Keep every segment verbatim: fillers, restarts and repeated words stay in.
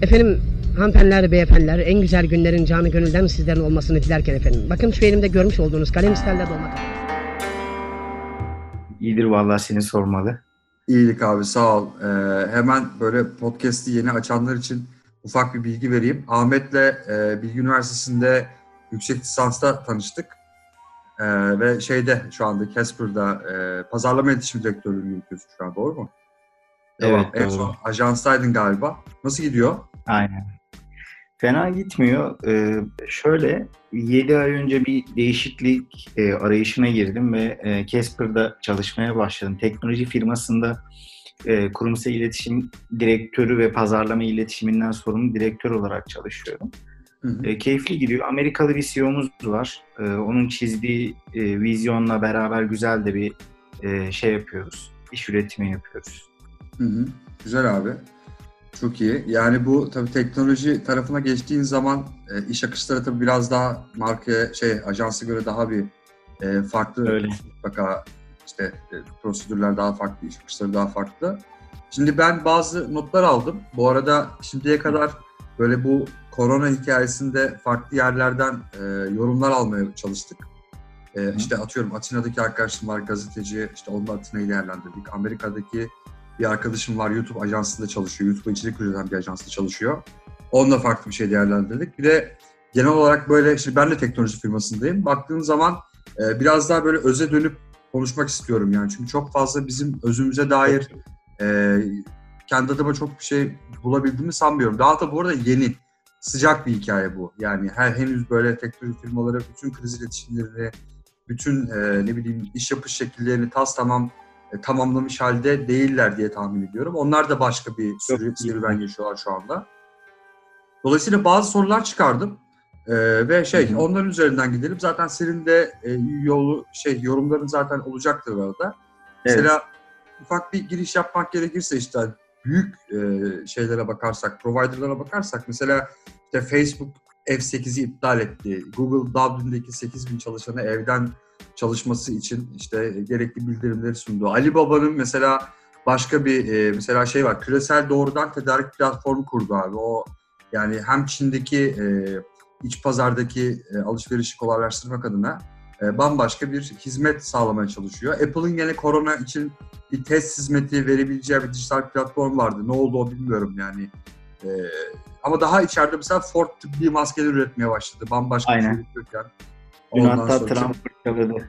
Efendim, hanımefendiler, beyefendiler, en güzel günlerin canı gönülden sizlerin olmasını dilerken efendim. Bakın şu elimde görmüş olduğunuz kalem isterler dolma. İyidir vallahi, seni sormalı. İyilik abi, sağ ol. Ee, hemen böyle podcast'i yeni açanlar için ufak bir bilgi vereyim. Ahmet'le e, Bilgi Üniversitesi'nde yüksek lisansta tanıştık. Ee, ve şeyde şu anda Casper'da e, pazarlama iletişim direktörlüğünü yürütüyorsun şu an, doğru mu? Evet, Tamam. En doğru. son ajanstaydın galiba. Nasıl gidiyor? Aynen. Fena gitmiyor. Ee, şöyle yedi ay önce bir değişiklik e, arayışına girdim ve e, Casper'da çalışmaya başladım. Teknoloji firmasında e, kurumsal iletişim direktörü ve pazarlama iletişiminden sorumlu direktör olarak çalışıyorum. Hı hı. E, keyifli gidiyor. Amerikalı bir C E O'muz var. E, onun çizdiği e, vizyonla beraber güzel de bir e, şey yapıyoruz. İş üretimi yapıyoruz. Hı hı. Güzel abi. Çok iyi. Yani bu tabii teknoloji tarafına geçtiğin zaman e, iş akışları tabii biraz daha marka şey ajansa göre daha bir e, farklı. Öyle. Mutlaka işte e, prosedürler daha farklı, iş akışları daha farklı. Şimdi ben bazı notlar aldım. Bu arada şimdiye kadar böyle bu korona hikayesinde farklı yerlerden e, yorumlar almaya çalıştık. E, işte atıyorum Atina'daki arkadaşım var, gazeteci, işte onunla Atina'yı değerlendirdik. Amerika'daki bir arkadaşım var, YouTube ajansında çalışıyor. YouTube'a içerik üreten bir ajansında çalışıyor. Onunla farklı bir şey değerlendirdik. Bir de genel olarak böyle, işte ben de teknoloji firmasındayım. Baktığın zaman e, biraz daha böyle öze dönüp konuşmak istiyorum yani. Çünkü çok fazla bizim özümüze dair e, kendi adıma çok bir şey bulabildiğimi sanmıyorum. Daha da bu arada yeni, sıcak bir hikaye bu. Yani her henüz böyle teknoloji firmaları bütün kriz iletişimlerini, bütün e, ne bileyim iş yapış şekillerini tas tamam e, tamamlamış halde değiller diye tahmin ediyorum. Onlar da başka bir sürü serüven yaşıyorlar şu anda. Dolayısıyla bazı sorular çıkardım e, ve şey Hı hı. onların üzerinden gidelim. Zaten senin de e, yolu şey yorumların zaten olacaktır arada. Mesela Evet. ufak bir giriş yapmak gerekirse işte büyük e, şeylere bakarsak, providerlara bakarsak mesela işte Facebook F sekizi iptal etti. Google Dublin'deki sekiz bin çalışanı evden çalışması için işte gerekli bildirimleri sundu. Alibaba'nın mesela başka bir e, mesela şey var. Küresel doğrudan tedarik platformu kurdu abi. O yani hem Çin'deki e, iç pazardaki e, alışverişi kolaylaştırmak adına e, bambaşka bir hizmet sağlamaya çalışıyor. Apple'ın gene korona için bir test hizmeti verebileceği bir dijital platform vardı. Ne oldu o bilmiyorum yani. E, ama daha içeride mesela Ford tıbbi maskeler üretmeye başladı. Bambaşka bir şey Aynen. üretiyorken. Dün Ondan hatta sonra Trump fırçaladı.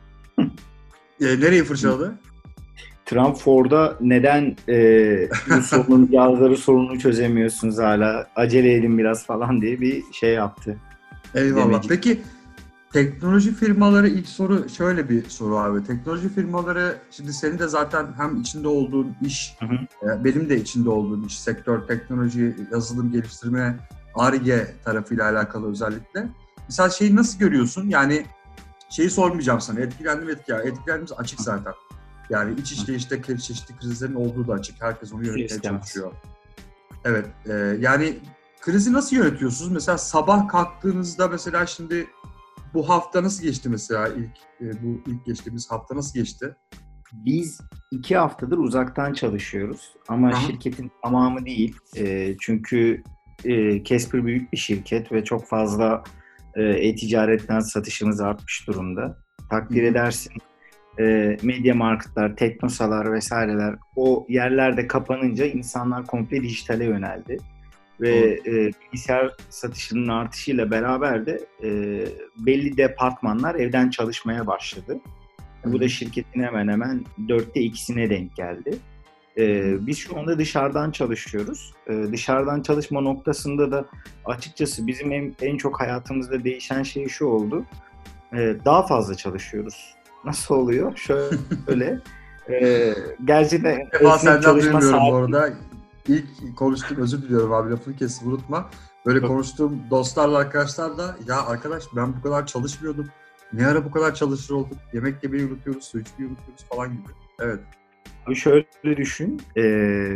e, nereyi fırçaladı? Trump Ford'a neden e, bu sorunun cihazları sorununu çözemiyorsunuz hala, acele edin biraz falan diye bir şey yaptı. Eyvallah. Demeci. Peki teknoloji firmaları, ilk soru şöyle bir soru abi. Teknoloji firmaları, şimdi senin de zaten hem içinde olduğun iş, Hı hı. e, benim de içinde olduğum iş, sektör, teknoloji, yazılım geliştirme, Ar-Ge tarafıyla alakalı özellikle. Mesela şeyi nasıl görüyorsun? Yani şeyi sormayacağım sana. Etkilendim etki. Etkilendiğimiz açık zaten. Yani iç işleyişte çeşitli krizlerin olduğu da açık. Herkes onu yönetmeye İstemez. çalışıyor. Evet. E, yani krizi nasıl yönetiyorsunuz? Mesela sabah kalktığınızda mesela şimdi bu hafta nasıl geçti mesela ilk e, bu ilk geçtiğimiz hafta nasıl geçti? Biz iki haftadır uzaktan çalışıyoruz ama Aha. şirketin tamamı değil. E, çünkü e, Casper büyük bir şirket ve çok fazla e, e-ticaretten satışımız artmış durumda. Takdir Hı hı. edersin. E, Media Markt'lar, Teknosalar vesaireler, o yerlerde kapanınca insanlar komple dijitale yöneldi. Ve e, bilgisayar satışının artışıyla beraber de e, belli departmanlar evden çalışmaya başladı. Hı. Bu da şirketin hemen hemen dörtte ikisine denk geldi. E, biz şu anda dışarıdan çalışıyoruz. E, dışarıdan çalışma noktasında da açıkçası bizim en, en çok hayatımızda değişen şey şu oldu. E, daha fazla çalışıyoruz. Nasıl oluyor? Şöyle. e, gerçekten Bir defa esnek senden çalışma duymuyorum bu saati. arada. İlk konuştuğum, özür diliyorum abi lafını kesip unutma. Böyle Yok. konuştuğum dostlarla, arkadaşlarla ya arkadaş ben bu kadar çalışmıyordum. Ne ara bu kadar çalışır olduk? Yemek yemeyi unutuyoruz, su içmeyi unutuyoruz falan gibi. Evet. Şöyle düşün, e,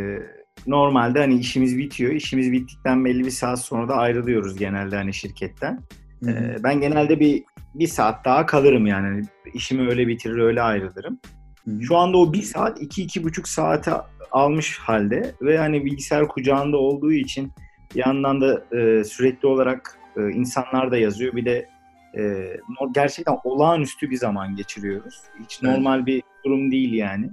normalde hani işimiz bitiyor, işimiz bittikten belli bir saat sonra da ayrılıyoruz genelde hani şirketten. Hı hı. E, ben genelde bir bir saat daha kalırım yani, Hani işimi öyle bitirir öyle ayrılırım. Hı hı. Şu anda o bir saat iki iki buçuk saate almış halde ve hani bilgisayar kucağında olduğu için Bir yandan da e, sürekli olarak e, insanlar da yazıyor. Bir de e, gerçekten olağanüstü bir zaman geçiriyoruz. Hiç Evet. normal bir durum değil yani.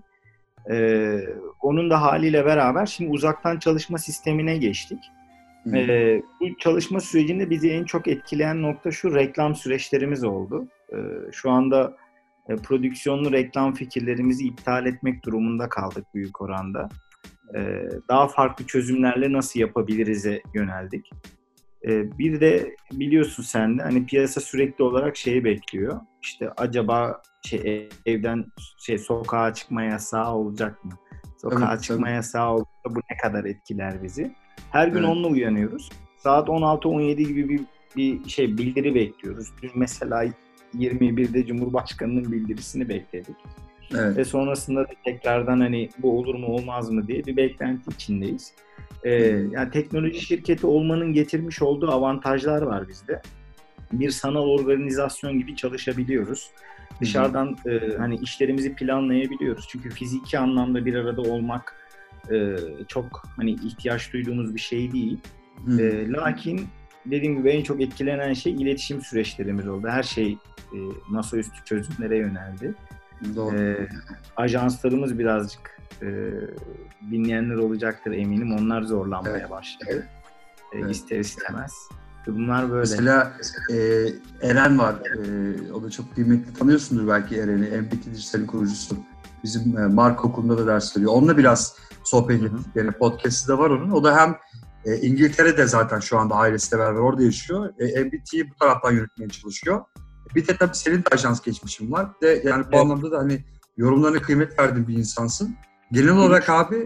E, onun da haliyle beraber şimdi uzaktan çalışma sistemine geçtik. Hı. E, bu çalışma sürecinde bizi en çok etkileyen nokta şu: reklam süreçlerimiz oldu. E, şu anda e, prodüksiyonlu reklam fikirlerimizi iptal etmek durumunda kaldık büyük oranda. E, daha farklı çözümlerle nasıl yapabiliriz'e yöneldik. E, bir de biliyorsun sen de hani piyasa sürekli olarak şeyi bekliyor. İşte acaba şey, evden şey sokağa çıkma yasağı olacak mı? Sokağa Tabii, çıkma tabii. yasağı olursa bu ne kadar etkiler bizi? Her gün Evet. onunla uyanıyoruz. Saat on altı on yedi gibi bir, bir şey bildiri bekliyoruz. Dün mesela yirmi birde Cumhurbaşkanı'nın bildirisini bekledik. Evet. Ve sonrasında da tekrardan hani bu olur mu olmaz mı diye bir beklenti içindeyiz. Ee, yani teknoloji şirketi olmanın getirmiş olduğu avantajlar var bizde. Bir sanal organizasyon gibi çalışabiliyoruz. Dışarıdan e, hani işlerimizi planlayabiliyoruz. Çünkü fiziki anlamda bir arada olmak e, çok hani ihtiyaç duyduğumuz bir şey değil. E, lakin dediğim gibi en çok etkilenen şey iletişim süreçlerimiz oldu. Her şey e, masaüstü çözümlere yöneldi. Doğru. E, ajanslarımız birazcık e, dinleyenler olacaktır eminim. Onlar zorlanmaya Evet. başladı. E, Evet. ister istemez. Bunlar böyle. Mesela e, Eren var. E, o da çok kıymetli. Tanıyorsundur belki Eren'i. M B T Dijital'in kurucusu. Bizim e, Mark Okulunda da ders veriyor. Onunla biraz sohbet ettik. Yani podcast'ı da var onun. O da hem e, İngiltere'de zaten şu anda ailesiyle beraber orada yaşıyor. E, M B T'yi bu taraftan yürütmeye çalışıyor. Bir de tabii senin de ajans geçmişin var. De, yani bu Evet. anlamda da hani yorumlarına kıymet verdiğin bir insansın. Genel olarak abi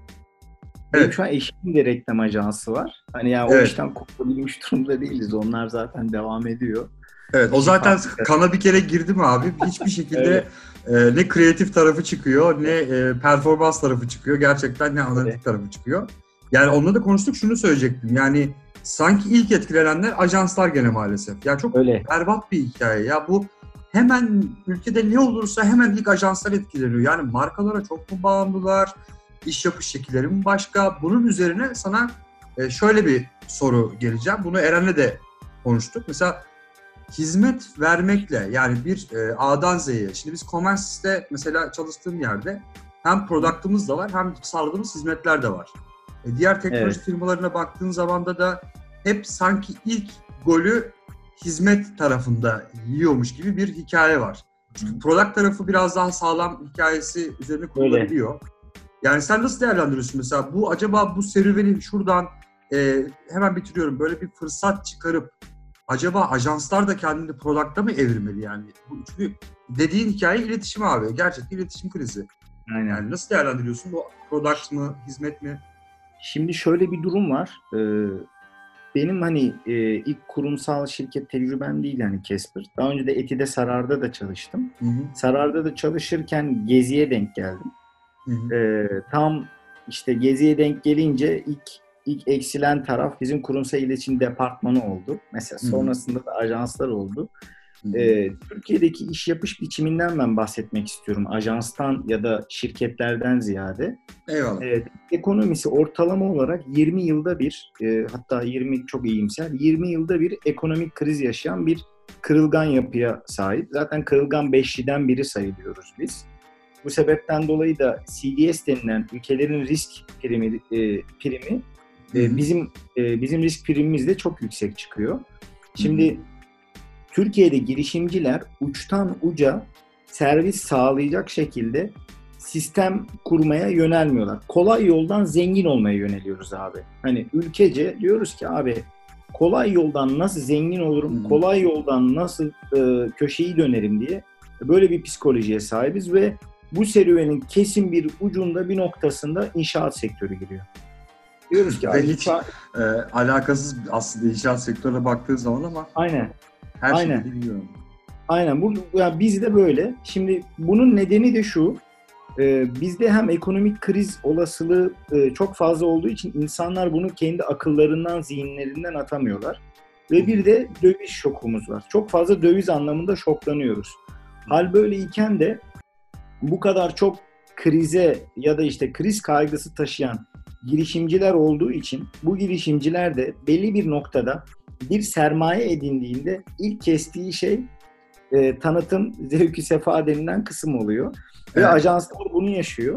benim evet. şu an eşimin de reklam ajansı var. Hani yani o Evet. işten kopulabilmiş durumda değiliz. Onlar zaten devam ediyor. Evet, o İşi zaten farklı. kana bir kere girdi mi abi hiçbir şekilde e, ne kreatif tarafı çıkıyor ne e, performans tarafı çıkıyor. Gerçekten ne analitik Evet. tarafı çıkıyor. Yani onunla da konuştuk, şunu söyleyecektim. Yani sanki ilk etkilenenler ajanslar gene maalesef. Ya çok Öyle. berbat bir hikaye. Ya bu hemen ülkede ne olursa hemen ilk ajanslar etkileniyor. Yani markalara çok mu bağımlılar? İş yapış şekilleri mi başka? Bunun üzerine sana e, şöyle bir soru geleceğim. Bunu Eren'le de konuştuk. Mesela hizmet vermekle, yani bir e, A'dan Z'ye. Şimdi biz Comensis'te mesela çalıştığım yerde hem product'ımız da var hem sağladığımız hizmetler de var. E, diğer teknoloji Evet. firmalarına baktığın zaman da da hep sanki ilk golü hizmet tarafında yiyormuş gibi bir hikaye var. Çünkü product tarafı biraz daha sağlam hikayesi üzerine kurulabiliyor. Yani sen nasıl değerlendiriyorsun mesela bu, acaba bu serüveni şuradan e, hemen bitiriyorum, böyle bir fırsat çıkarıp acaba ajanslar da kendini product'a mı evirmeli yani? Bu, çünkü dediğin hikaye iletişim abi. Gerçekten iletişim krizi. Aynen. Yani nasıl değerlendiriyorsun? Bu product mı, hizmet mi? Şimdi şöyle bir durum var. Ee, benim hani e, ilk kurumsal şirket tecrübem değil hani Casper. Daha önce de Eti'de Sarar'da da çalıştım. Hı hı. Sarar'da da çalışırken Gezi'ye denk geldim. Hı hı. Ee, tam işte Gezi'ye denk gelince ilk ilk eksilen taraf bizim kurumsal iletişim departmanı oldu. Mesela Hı hı. sonrasında da ajanslar oldu. Hı hı. Ee, Türkiye'deki iş yapış biçiminden ben bahsetmek istiyorum. Ajanstan ya da şirketlerden ziyade. Eyvallah. Evet, ekonomisi ortalama olarak yirmi yılda bir, e, hatta yirmi çok iyimser, yirmi yılda bir ekonomik kriz yaşayan bir kırılgan yapıya sahip. Zaten kırılgan beşliden biri sayılıyoruz biz. Bu sebepten dolayı da C D S denilen ülkelerin risk primi, e, primi e, Hı hı. bizim e, bizim risk primimiz de çok yüksek çıkıyor. Şimdi Türkiye'de girişimciler uçtan uca servis sağlayacak şekilde sistem kurmaya yönelmiyorlar. Kolay yoldan zengin olmaya yöneliyoruz abi. Hani ülkece diyoruz ki abi kolay yoldan nasıl zengin olurum, Hı hı. kolay yoldan nasıl e, köşeyi dönerim diye böyle bir psikolojiye sahibiz ve bu serüvenin kesin bir ucunda, bir noktasında inşaat sektörü giriyor. Diyoruz ki Ve abi, hiç e, alakasız aslında inşaat sektörüne baktığın zaman ama aynen. her Aynen. şeyi biliyorum. Aynen. Bu, yani bizde böyle. Şimdi bunun nedeni de şu. E, bizde hem ekonomik kriz olasılığı e, çok fazla olduğu için insanlar bunu kendi akıllarından, zihinlerinden atamıyorlar. Ve bir de döviz şokumuz var. Çok fazla döviz anlamında şoklanıyoruz. Hal böyleyken de bu kadar çok krize ya da işte kriz kaygısı taşıyan girişimciler olduğu için bu girişimciler de belli bir noktada bir sermaye edindiğinde ilk kestiği şey e, tanıtım, zevk-i sefa denilen kısım oluyor. Ve Evet. ajanslar bunu yaşıyor.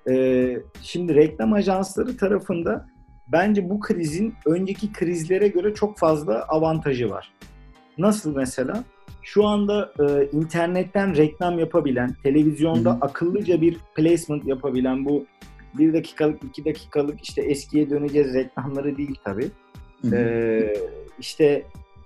E, şimdi reklam ajansları tarafında bence bu krizin önceki krizlere göre çok fazla avantajı var. Nasıl mesela? Şu anda e, internetten reklam yapabilen, televizyonda Hı hı. akıllıca bir placement yapabilen bu bir dakikalık, iki dakikalık işte eskiye döneceğiz reklamları değil tabii. Hı hı. E, işte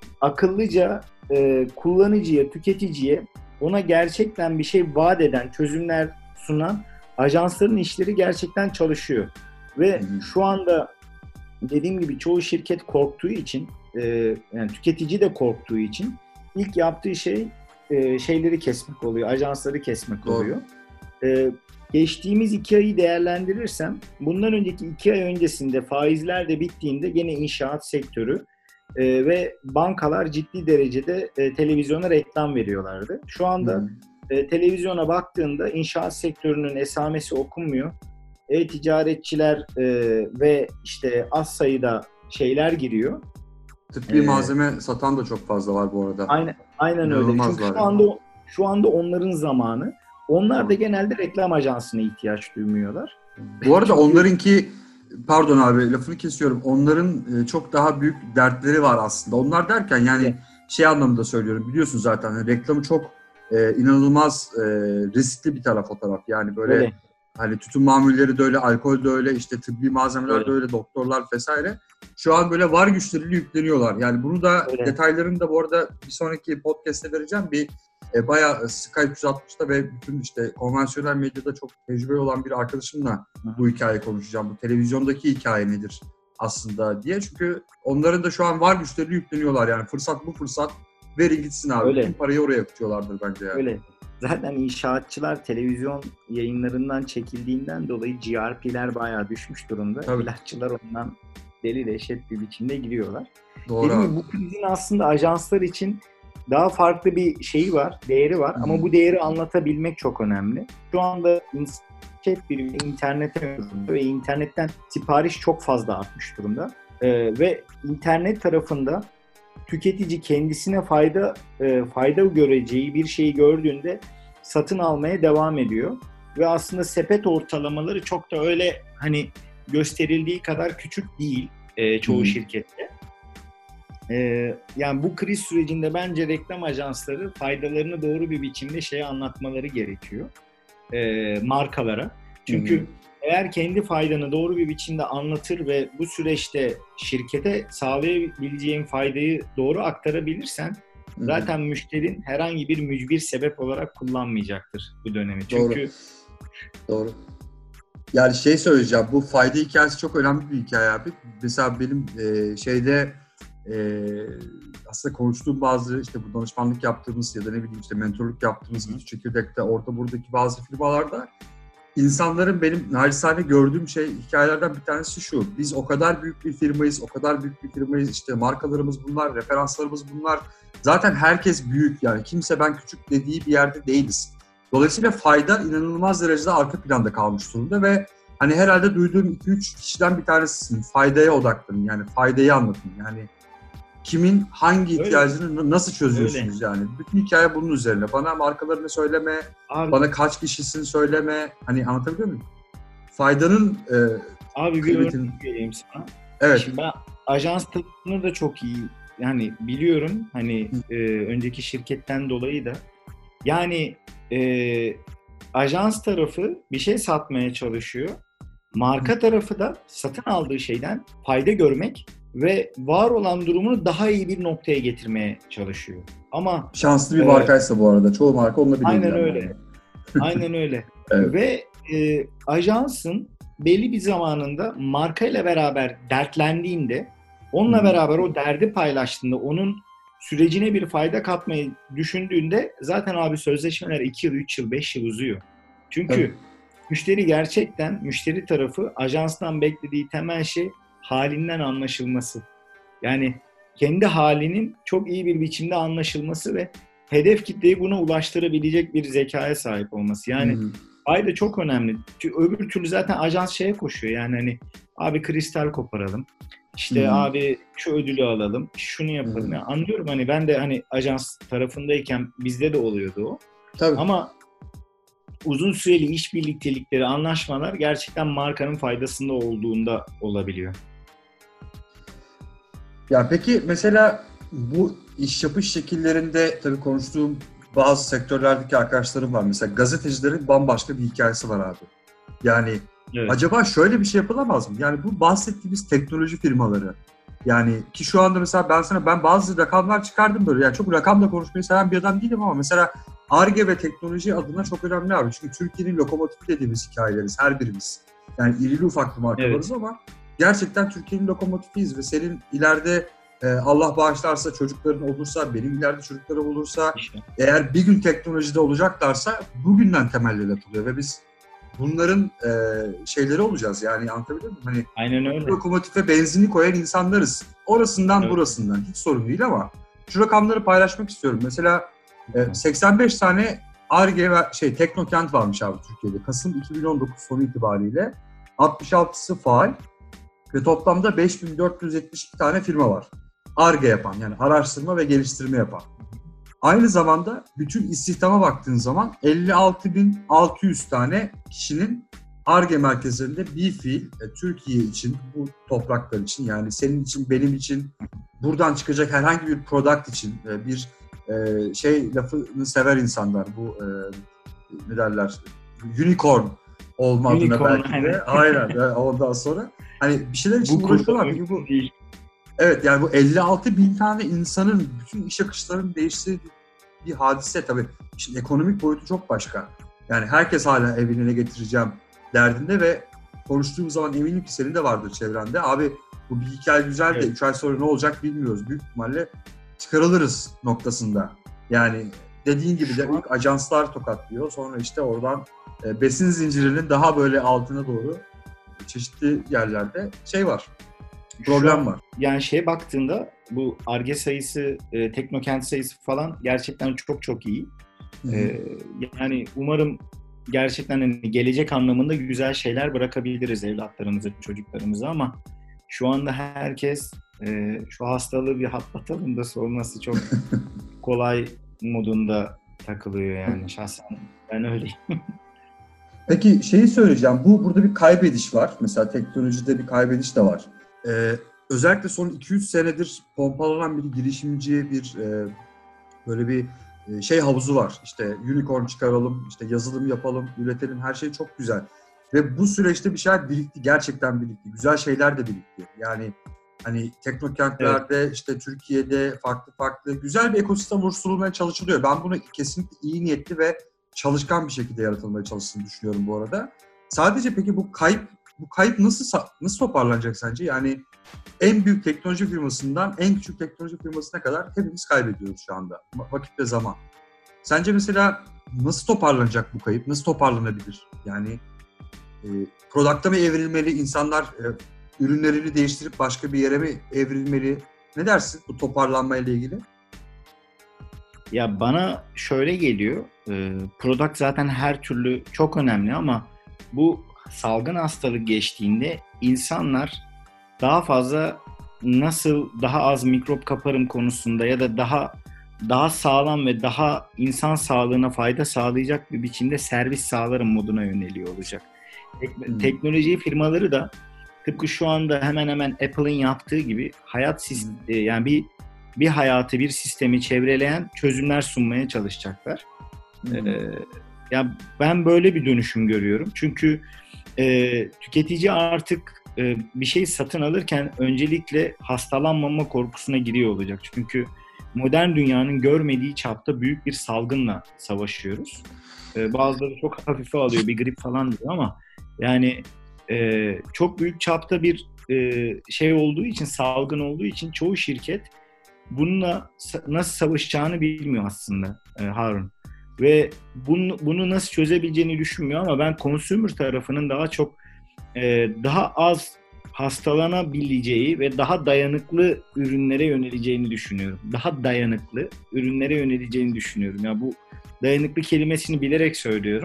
akıllıca e, kullanıcıya, tüketiciye ona gerçekten bir şey vaat eden, çözümler sunan ajansların işleri gerçekten çalışıyor. Ve Hı hı. şu anda dediğim gibi çoğu şirket korktuğu için, e, yani tüketici de korktuğu için ilk yaptığı şey e, şeyleri kesmek oluyor, ajansları kesmek Doğru. oluyor. E, geçtiğimiz iki ayı değerlendirirsem, bundan önceki iki ay öncesinde faizler de bittiğinde gene inşaat sektörü e, ve bankalar ciddi derecede e, televizyona reklam veriyorlardı. Şu anda Hı hı. e, televizyona baktığında inşaat sektörünün esamesi okunmuyor. E-ticaretçiler e, ve işte az sayıda şeyler giriyor. Tıbbi Ee, malzeme satan da çok fazla var bu arada. Aynen, aynen öyle. İnanılmaz Çünkü var şu yani. anda şu anda onların zamanı. Onlar da Doğru. genelde reklam ajansına ihtiyaç duymuyorlar. Bu arada Çünkü- onlarınki, pardon abi lafını kesiyorum, onların e, çok daha büyük dertleri var aslında. Onlar derken yani Evet. şey anlamında söylüyorum, biliyorsun zaten hani reklamı çok e, inanılmaz e, riskli bir taraf o taraf. Yani böyle Öyle. hani tütün mamulleri de öyle, alkol de öyle, işte tıbbi malzemeler Öyle. de öyle, doktorlar vesaire. Şu an böyle var güçleriyle yükleniyorlar. Yani bunu da Öyle. detaylarını da bu arada bir sonraki podcast'te vereceğim. Bir e, bayağı Skype yüz altmışta ve bütün işte konvansiyonel medyada çok tecrübeli olan bir arkadaşımla bu hikayeyi konuşacağım. Bu televizyondaki hikaye nedir aslında diye. Çünkü onların da şu an var güçleri yükleniyorlar yani. Fırsat bu fırsat. Verin gitsin abi. Öyle. Bütün parayı oraya akıtıyorlardır bence yani. Öyle. Zaten inşaatçılar televizyon yayınlarından çekildiğinden dolayı G R P'ler bayağı düşmüş durumda. Tabii. İlaççılar ondan deli dehşet bir biçimde giriyorlar. Doğru Dediğim abi. gibi bu krizin aslında ajanslar için daha farklı bir şeyi var, değeri var. Hı. Ama bu değeri anlatabilmek çok önemli. Şu anda internet birimi internete ve internetten sipariş çok fazla artmış durumda. Ee, ve internet tarafında tüketici kendisine fayda e, fayda göreceği bir şeyi gördüğünde satın almaya devam ediyor. Ve aslında sepet ortalamaları çok da öyle hani gösterildiği kadar küçük değil e, çoğu Hı. şirkette. E, yani bu kriz sürecinde bence reklam ajansları faydalarını doğru bir biçimde şeye anlatmaları gerekiyor. E, markalara. Çünkü Hı. eğer kendi faydanı doğru bir biçimde anlatır ve bu süreçte şirkete sağlayabileceğin faydayı doğru aktarabilirsen Hı. zaten müşterin herhangi bir mücbir sebep olarak kullanmayacaktır bu dönemi. Doğru. Çünkü Doğru. Yani şey söyleyeceğim, bu fayda hikayesi çok önemli bir hikaye abi. Mesela benim e, şeyde e, aslında konuştuğum bazı işte bu danışmanlık yaptığımız ya da ne bileyim işte mentorluk yaptığımız gibi çekirdekte orada buradaki bazı firmalarda insanların benim naçizane gördüğüm şey hikayelerden bir tanesi şu. Biz o kadar büyük bir firmayız, o kadar büyük bir firmayız, işte markalarımız bunlar, referanslarımız bunlar. Zaten herkes büyük yani kimse ben küçük dediği bir yerde değiliz. Dolayısıyla fayda inanılmaz derecede arka planda kalmış durumda ve hani herhalde duyduğum iki üç kişiden bir tanesisin. Faydaya odaklanın yani faydayı anlatın yani. Kimin hangi Öyle. ihtiyacını nasıl çözüyorsunuz Öyle. yani. Bütün hikaye bunun üzerine. Bana markalarını söyleme, abi, bana kaç kişisin söyleme. Hani anlatabiliyor muyum? Faydanın e, abi bir kıymetini... örnek vereyim sana. Evet. Şimdi ben ajans tarafını da çok iyi yani biliyorum hani e, önceki şirketten dolayı da yani e, ajans tarafı bir şey satmaya çalışıyor. Marka tarafı da satın aldığı şeyden fayda görmek ve var olan durumunu daha iyi bir noktaya getirmeye çalışıyor. Ama Şanslı bir e, markaysa bu arada. Çoğu marka onunla bile aynen ilgilenmiyor. öyle. Yani. Aynen öyle. Evet. Ve e, ajansın belli bir zamanında markayla beraber dertlendiğinde, onunla Hı. beraber o derdi paylaştığında, onun sürecine bir fayda katmayı düşündüğünde zaten abi sözleşmeler iki yıl, üç yıl, beş yıl uzuyor. Çünkü Evet. müşteri gerçekten, müşteri tarafı ajanstan beklediği temel şey halinden anlaşılması. Yani kendi halinin çok iyi bir biçimde anlaşılması ve hedef kitleyi buna ulaştırabilecek bir zekaya sahip olması. Yani Hı. fayda çok önemli. Çünkü öbür türlü zaten ajans şeye koşuyor. Yani hani abi kristal koparalım. İşte Hmm. abi şu ödülü alalım. Şunu yapalım. Hmm. Yani anlıyorum hani ben de hani ajans tarafındayken bizde de oluyordu o. Tabii. Ama uzun süreli iş birliktelikleri, anlaşmalar gerçekten markanın faydasında olduğunda olabiliyor. Ya peki mesela bu iş yapış şekillerinde tabii konuştuğum bazı sektörlerdeki arkadaşlarım var. Mesela gazetecilerin bambaşka bir hikayesi var abi. Yani Evet. acaba şöyle bir şey yapılamaz mı? Yani bu bahsettiğimiz teknoloji firmaları. Yani ki şu anda mesela ben sana ben bazı rakamlar çıkardım böyle. Yani çok rakamla konuşmayı seven bir adam değilim ama mesela Ar-Ge ve teknoloji adına çok önemli abi. Çünkü Türkiye'nin lokomotifi dediğimiz hikayeleriz her birimiz. Yani irili ufaklı markalarız Evet. ama gerçekten Türkiye'nin lokomotifiyiz ve senin ileride e, Allah bağışlarsa çocukların olursa, benim ileride çocuklarım olursa İşte. eğer bir gün teknolojide olacaklarsa bugünden temelleri atılıyor ve biz bunların e, şeyleri olacağız yani anlatabiliyor muyum? Hani Aynen öyle. lokomotife benzinli koyan insanlarız. Orasından Evet. burasından hiç sorun değil ama şu rakamları paylaşmak istiyorum. Mesela e, seksen beş tane Ar-Ge ve şey Teknokent varmış abi Türkiye'de. Kasım iki bin on dokuz sonu itibariyle altmış altısı faal ve toplamda beş bin dört yüz yetmiş iki tane firma var. Ar-Ge yapan yani araştırma ve geliştirme yapan. Aynı zamanda bütün istihdama baktığın zaman elli altı bin altı yüz tane kişinin Ar-Ge merkezlerinde bir fiil e, Türkiye için, bu topraklar için yani senin için, benim için, buradan çıkacak herhangi bir product için e, bir e, şey lafını sever insanlar. Bu e, ne derler? Unicorn olma adına Unicorn, belki de. Aynen. e, ondan sonra hani bir şeyler için Bu uğraşıyorlar. kurtarmak Peki bu değil. evet yani bu elli altı bin tane insanın bütün iş akışlarını değiştirdiği bir hadise tabii. Şimdi ekonomik boyutu çok başka. Yani herkes hala evine getireceğim derdinde ve konuştuğum zaman eminim ki senin de vardır çevrende. Abi bu bir hikaye güzel de Evet. üç ay sonra ne olacak bilmiyoruz. Büyük ihtimalle çıkarılırız noktasında. Yani dediğin gibi de ilk ajanslar tokatlıyor. Sonra işte oradan e, besin zincirinin daha böyle altına doğru çeşitli yerlerde şey var. Problem var. Yani şeye baktığında bu Ar-Ge sayısı, e, Teknokent sayısı falan gerçekten çok çok iyi. E, yani umarım gerçekten hani gelecek anlamında güzel şeyler bırakabiliriz evlatlarımıza, çocuklarımıza ama şu anda herkes e, şu hastalığı bir atlatalım da sonrası çok kolay modunda takılıyor yani şahsen. Ben öyleyim. Peki şeyi söyleyeceğim. Bu burada bir kaybediş var. Mesela teknolojide bir kaybediş de var. Ee, özellikle son iki yüz senedir pompalanan bir girişimci bir e, böyle bir e, şey havuzu var. İşte unicorn çıkaralım, işte yazılım yapalım, üretelim. Her şey çok güzel. Ve bu süreçte bir şeyler birikti. Gerçekten birikti. Güzel şeyler de birikti. Yani hani teknokentlerde, evet. işte Türkiye'de farklı farklı güzel bir ekosistem oluşturulmaya çalışılıyor. Ben bunu kesinlikle iyi niyetli ve çalışkan bir şekilde yaratılmaya çalıştığını düşünüyorum bu arada. Sadece peki bu kayıp bu kayıp nasıl nasıl toparlanacak sence? Yani en büyük teknoloji firmasından en küçük teknoloji firmasına kadar hepimiz kaybediyoruz şu anda. Vakit ve zaman. Sence mesela nasıl toparlanacak bu kayıp? Nasıl toparlanabilir? Yani e, product'a mı evrilmeli? İnsanlar e, ürünlerini değiştirip başka bir yere mi evrilmeli? Ne dersin bu toparlanmayla ilgili? Ya bana şöyle geliyor, e, product zaten her türlü çok önemli ama bu salgın hastalık geçtiğinde insanlar daha fazla nasıl daha az mikrop kaparım konusunda ya da daha daha sağlam ve daha insan sağlığına fayda sağlayacak bir biçimde servis sağlarım moduna yöneliyor olacak. Tek- Hmm. Teknoloji firmaları da tıpkı şu anda hemen hemen Apple'ın yaptığı gibi hayat sistemi, yani bir bir hayatı, bir sistemi çevreleyen çözümler sunmaya çalışacaklar. Hmm. Ee, ya ben böyle bir dönüşüm görüyorum. Çünkü e, tüketici artık e, bir şey satın alırken öncelikle hastalanmama korkusuna giriyor olacak. Çünkü modern dünyanın görmediği çapta büyük bir salgınla savaşıyoruz. E, bazıları çok hafife alıyor, bir grip falan diyor ama yani e, çok büyük çapta bir e, şey olduğu için, salgın olduğu için çoğu şirket bununla nasıl savaşacağını bilmiyor aslında e, Harun. Ve bunu, bunu nasıl çözebileceğini düşünmüyor ama ben consumer tarafının daha çok e, daha az hastalanabileceği ve daha dayanıklı ürünlere yöneleceğini düşünüyorum. Daha dayanıklı ürünlere yöneleceğini düşünüyorum. Ya bu dayanıklı kelimesini bilerek söylüyorum.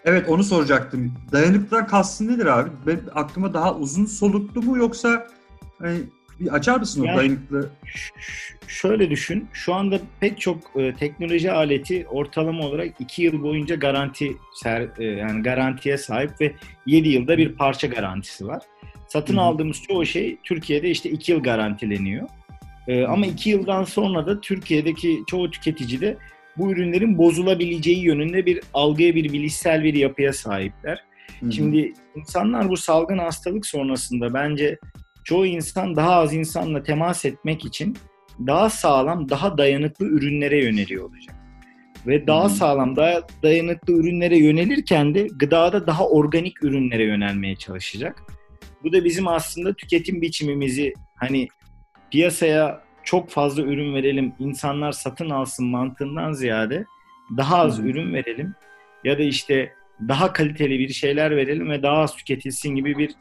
Evet, onu soracaktım. Dayanıklıdan kastın nedir abi? Ben aklıma daha uzun soluklu mu yoksa hani bir açar mısın o Yani dayanıklı? ş- ş- şöyle düşün. Şu anda pek çok e, teknoloji aleti ortalama olarak iki yıl boyunca garanti ser, e, yani garantiye sahip ve yedi yılda bir parça garantisi var. Satın Hı hı. aldığımız çoğu şey Türkiye'de işte iki yıl garantileniyor. E, Hı ama hı. iki yıldan sonra da Türkiye'deki çoğu tüketici de bu ürünlerin bozulabileceği yönünde bir algıya, bir bilişsel bir yapıya sahipler. Hı hı. Şimdi insanlar bu salgın hastalık sonrasında bence çoğu insan daha az insanla temas etmek için daha sağlam, daha dayanıklı ürünlere yöneliyor olacak. Ve daha Hı hı. sağlam, daha dayanıklı ürünlere yönelirken de gıdada daha organik ürünlere yönelmeye çalışacak. Bu da bizim aslında tüketim biçimimizi hani piyasaya çok fazla ürün verelim, insanlar satın alsın mantığından ziyade daha Hı az hı. ürün verelim ya da işte daha kaliteli bir şeyler verelim ve daha az tüketilsin gibi bir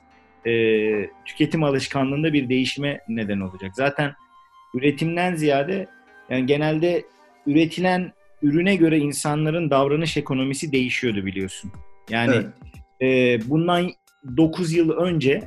e, tüketim alışkanlığında bir değişime neden olacak. Zaten üretimden ziyade yani genelde üretilen ürüne göre insanların davranış ekonomisi değişiyordu biliyorsun. Yani Evet. e, bundan dokuz yıl önce,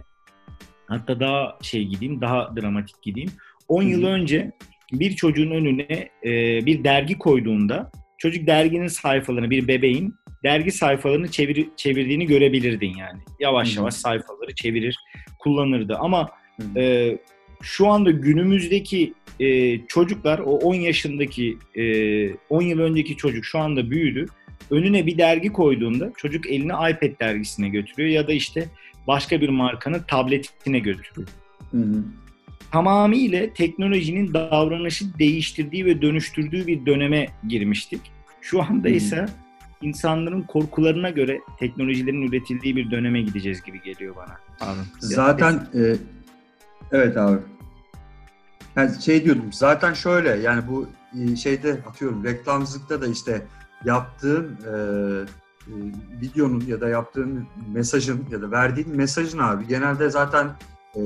hatta daha şey gideyim, daha dramatik gideyim. on Hı yıl hı. önce bir çocuğun önüne e, bir dergi koyduğunda çocuk derginin sayfalarını, bir bebeğin dergi sayfalarını çevir, çevirdiğini görebilirdin yani. Hı Yavaş hı. yavaş sayfaları çevirir, kullanırdı. Ama Hı hı. e, şu anda günümüzdeki e, çocuklar, o on yaşındaki, e, on yıl önceki çocuk şu anda büyüdü. Önüne bir dergi koyduğunda çocuk eline iPad dergisine götürüyor ya da işte başka bir markanın tabletine götürüyor. Hı hı. Tamamıyla teknolojinin davranışı değiştirdiği ve dönüştürdüğü bir döneme girmiştik. Şu anda Hı hı. ise insanların korkularına göre teknolojilerin üretildiği bir döneme gideceğiz gibi geliyor bana. Pardon. Zaten e, evet abi. Yani şey diyordum, zaten şöyle yani bu e, şeyde atıyorum reklamcılıkta da işte yaptığın e, e, videonun ya da yaptığın mesajın ya da verdiğin mesajın abi genelde zaten e,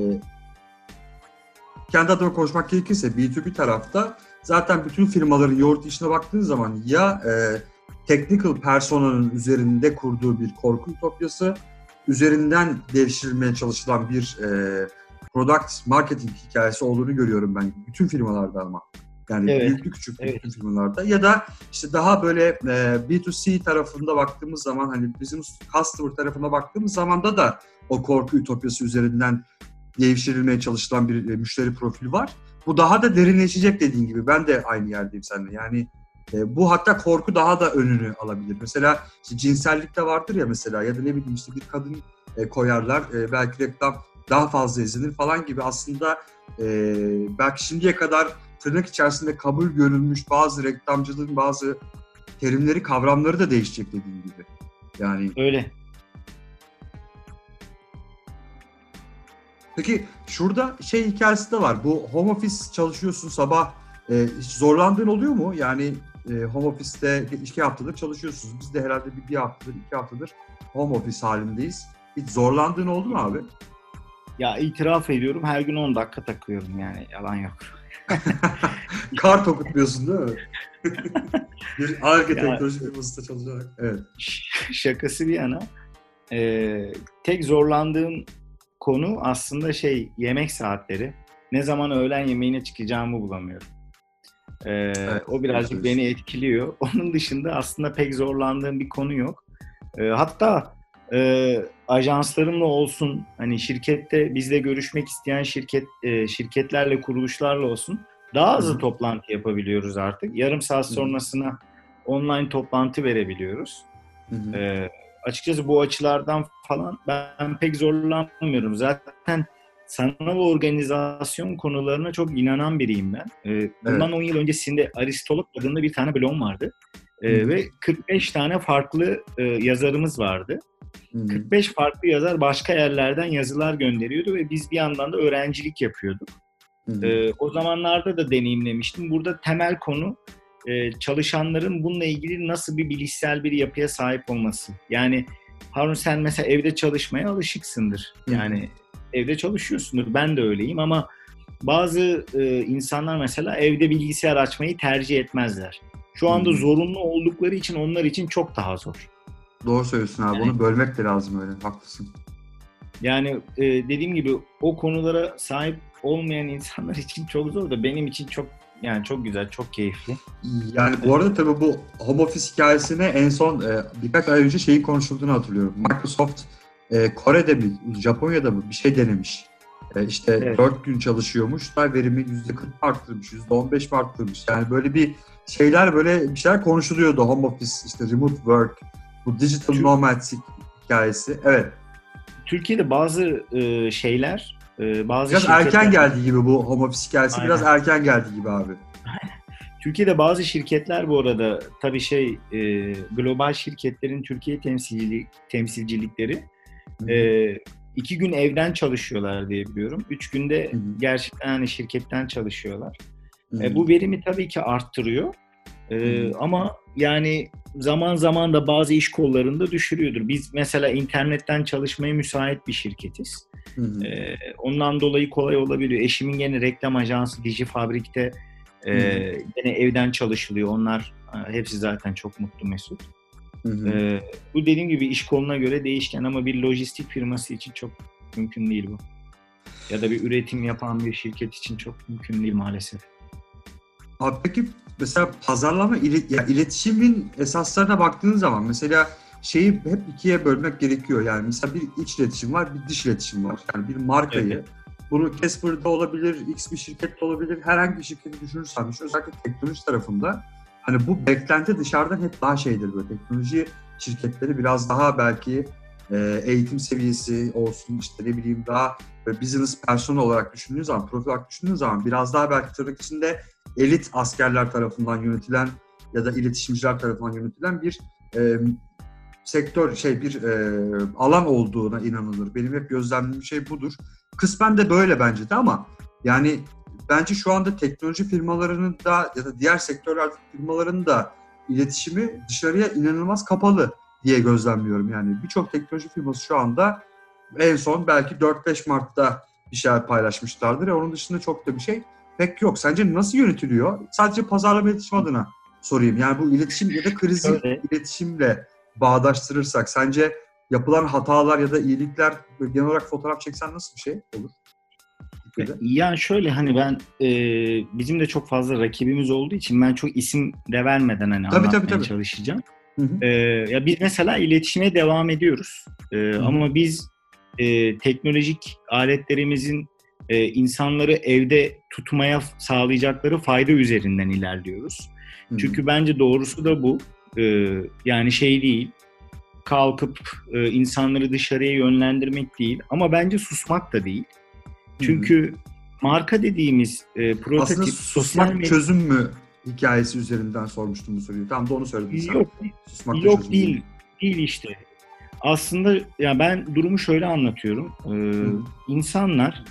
kendi adıma konuşmak gerekirse B iki B tarafta zaten bütün firmaların yoğurt işine baktığın zaman ya e, technical personanın üzerinde kurduğu bir korku ütopyası, üzerinden devşirilmeye çalışılan bir e, product marketing hikayesi olduğunu görüyorum ben bütün firmalarda ama. Yani Evet, büyüklü küçüklü evet. bütün firmalarda ya da işte daha böyle e, B iki C tarafında baktığımız zaman hani bizim customer tarafına baktığımız zaman da da o korku ütopyası üzerinden devşirilmeye çalışılan bir e, müşteri profili var. Bu daha da derinleşecek dediğin gibi. Ben de aynı yerdeyim seninle. Yani e, bu hatta korku daha da önünü alabilir. Mesela işte cinsellikte vardır ya mesela ya da ne bileyim işte bir kadın e, koyarlar. E, belki reklam daha fazla izlenir falan gibi aslında e, belki şimdiye kadar tırnak içerisinde kabul görülmüş bazı reklamcılığın bazı terimleri, kavramları da değişecek dediğin gibi. Yani Öyle. peki şurada şey hikayesi de var. Bu home office çalışıyorsun sabah. E, hiç zorlandığın oluyor mu? Yani e, home office'te iki haftadır çalışıyorsunuz. Biz de herhalde bir, bir haftadır, iki haftadır home office halindeyiz. Hiç zorlandığın oldu mu abi? Ya itiraf ediyorum, her gün on dakika takıyorum yani, yalan yok. Kart okutmuyorsun değil mi? Bir Ar-Ge Ya, teknoloji firmasında çalışarak. Evet. şakası bir yana, e, tek zorlandığım konu aslında şey, yemek saatleri. Ne zaman öğlen yemeğine çıkacağımı bulamıyorum. Ee, Evet, o birazcık evet. beni etkiliyor. Onun dışında aslında pek zorlandığım bir konu yok. Ee, hatta e, ajanslarımla olsun, hani şirkette bizle görüşmek isteyen şirket e, şirketlerle, kuruluşlarla olsun daha hızlı Hı-hı. toplantı yapabiliyoruz artık. Yarım saat Hı-hı. sonrasına online toplantı verebiliyoruz. Hı-hı. Ee, açıkçası bu açılardan falan ben pek zorlanmıyorum. Zaten sanal organizasyon konularına çok inanan biriyim ben. Ee, bundan Evet. on yıl öncesinde Aristolog adında bir tane blogum vardı. Ee, Hı-hı. ve kırk beş tane farklı e, yazarımız vardı. Hı-hı. kırk beş farklı yazar başka yerlerden yazılar gönderiyordu ve biz bir yandan da öğrencilik yapıyorduk. Ee, o zamanlarda da deneyimlemiştim. Burada temel konu e, çalışanların bununla ilgili nasıl bir bilişsel bir yapıya sahip olması. Yani Harun, sen mesela evde çalışmaya alışıksındır. Yani Hı-hı. evde çalışıyorsundur. Ben de öyleyim ama bazı e, insanlar mesela evde bilgisayar açmayı tercih etmezler. Şu anda Hı-hı. zorunlu oldukları için onlar için çok daha zor. Doğru söylüyorsun abi. Yani, Onu bölmek de lazım öyle. Haklısın. Yani e, dediğim gibi o konulara sahip olmayan insanlar için çok zor da benim için çok yani çok güzel, çok keyifli. Yani bu arada tabii bu home office hikayesine en son e, birkaç ay önce şeyin konuşulduğunu hatırlıyorum. Microsoft e, Kore'de mi, Japonya'da mı bir şey denemiş. E, işte Evet. dört gün çalışıyormuş, verimi yüzde kırk arttırmış, yüzde on beş arttırmış. Yani böyle bir şeyler böyle bir şeyler konuşuluyordu. Home office, işte remote work, bu digital Türk- nomad hikayesi. Evet. Türkiye'de bazı e, şeyler, e, bazı Biraz şirketler, erken geldi gibi bu home office hikayesi. Aynen. Biraz erken geldi gibi abi. Türkiye'de bazı şirketler bu arada tabii şey e, global şirketlerin Türkiye temsilcilik, temsilcilikleri e, iki gün evden çalışıyorlar diye biliyorum. Üç günde Hı hı. gerçekten hani şirketten çalışıyorlar. Hı. E, bu verimi tabii ki arttırıyor. E, Hı. ama yani zaman zaman da bazı iş kollarında düşürüyordur. Biz mesela internetten çalışmaya müsait bir şirketiz. Hı hı. E, ondan dolayı kolay olabiliyor. Eşimin gene reklam ajansı Digifabrik'te e, gene evden çalışılıyor. Onlar e, hepsi zaten çok mutlu, mesut. Hı hı. E, bu dediğim gibi iş koluna göre değişken ama bir lojistik firması için çok mümkün değil bu. Ya da bir üretim yapan bir şirket için çok mümkün değil maalesef. Abi peki mesela pazarlama, ilet- ya iletişimin esaslarına baktığın zaman mesela şeyi hep ikiye bölmek gerekiyor. Yani mesela bir iç iletişim var, bir dış iletişim var. Yani bir markayı, Evet. bunu Casper'da olabilir, X bir şirkette olabilir, herhangi bir şirketi düşünürsen, özellikle teknoloji tarafında hani bu beklenti dışarıdan hep daha şeydir böyle. Teknoloji şirketleri biraz daha belki e, eğitim seviyesi olsun, işte ne bileyim daha böyle business person olarak düşündüğün zaman, profil olarak düşündüğün zaman biraz daha belki tırnak içinde elit askerler tarafından yönetilen ya da iletişimciler tarafından yönetilen bir e, sektör, şey bir e, alan olduğuna inanılır. Benim hep gözlemlediğim şey budur. Kısmen de böyle bence de ama yani bence şu anda teknoloji firmalarının da ya da diğer sektörlerdeki firmaların da iletişimi dışarıya inanılmaz kapalı diye gözlemliyorum. Yani birçok teknoloji firması şu anda en son belki dört beş Mart'ta bir şeyler paylaşmışlardır. E onun dışında çok da bir şey pek yok. Sence nasıl yönetiliyor? Sadece pazarlama iletişim adına sorayım. Yani bu iletişim ya da krizi Öyle. iletişimle bağdaştırırsak sence yapılan hatalar ya da iyilikler genel olarak fotoğraf çeksen nasıl bir şey olur? Yani şöyle hani ben e, bizim de çok fazla rakibimiz olduğu için ben çok isim de vermeden hani Tabii, anlatmaya tabii, tabii. çalışacağım. Hı hı. E, ya biz mesela iletişime devam ediyoruz. E, hı. ama biz e, teknolojik aletlerimizin e, insanları evde tutmaya sağlayacakları fayda üzerinden ilerliyoruz. Hı hı. Çünkü bence doğrusu da bu. E, yani şey değil. Kalkıp e, insanları dışarıya yönlendirmek değil. Ama bence susmak da değil. Çünkü hı hı. marka dediğimiz e, prototip aslında sosyal susmak medya... çözüm mü hikayesi üzerinden sormuştum bu soruyu. Tam da onu söyledin sen. Yok, Susmak yok çözüm değil, değil. değil işte. Aslında ya ben durumu şöyle anlatıyorum. Ee, insanlar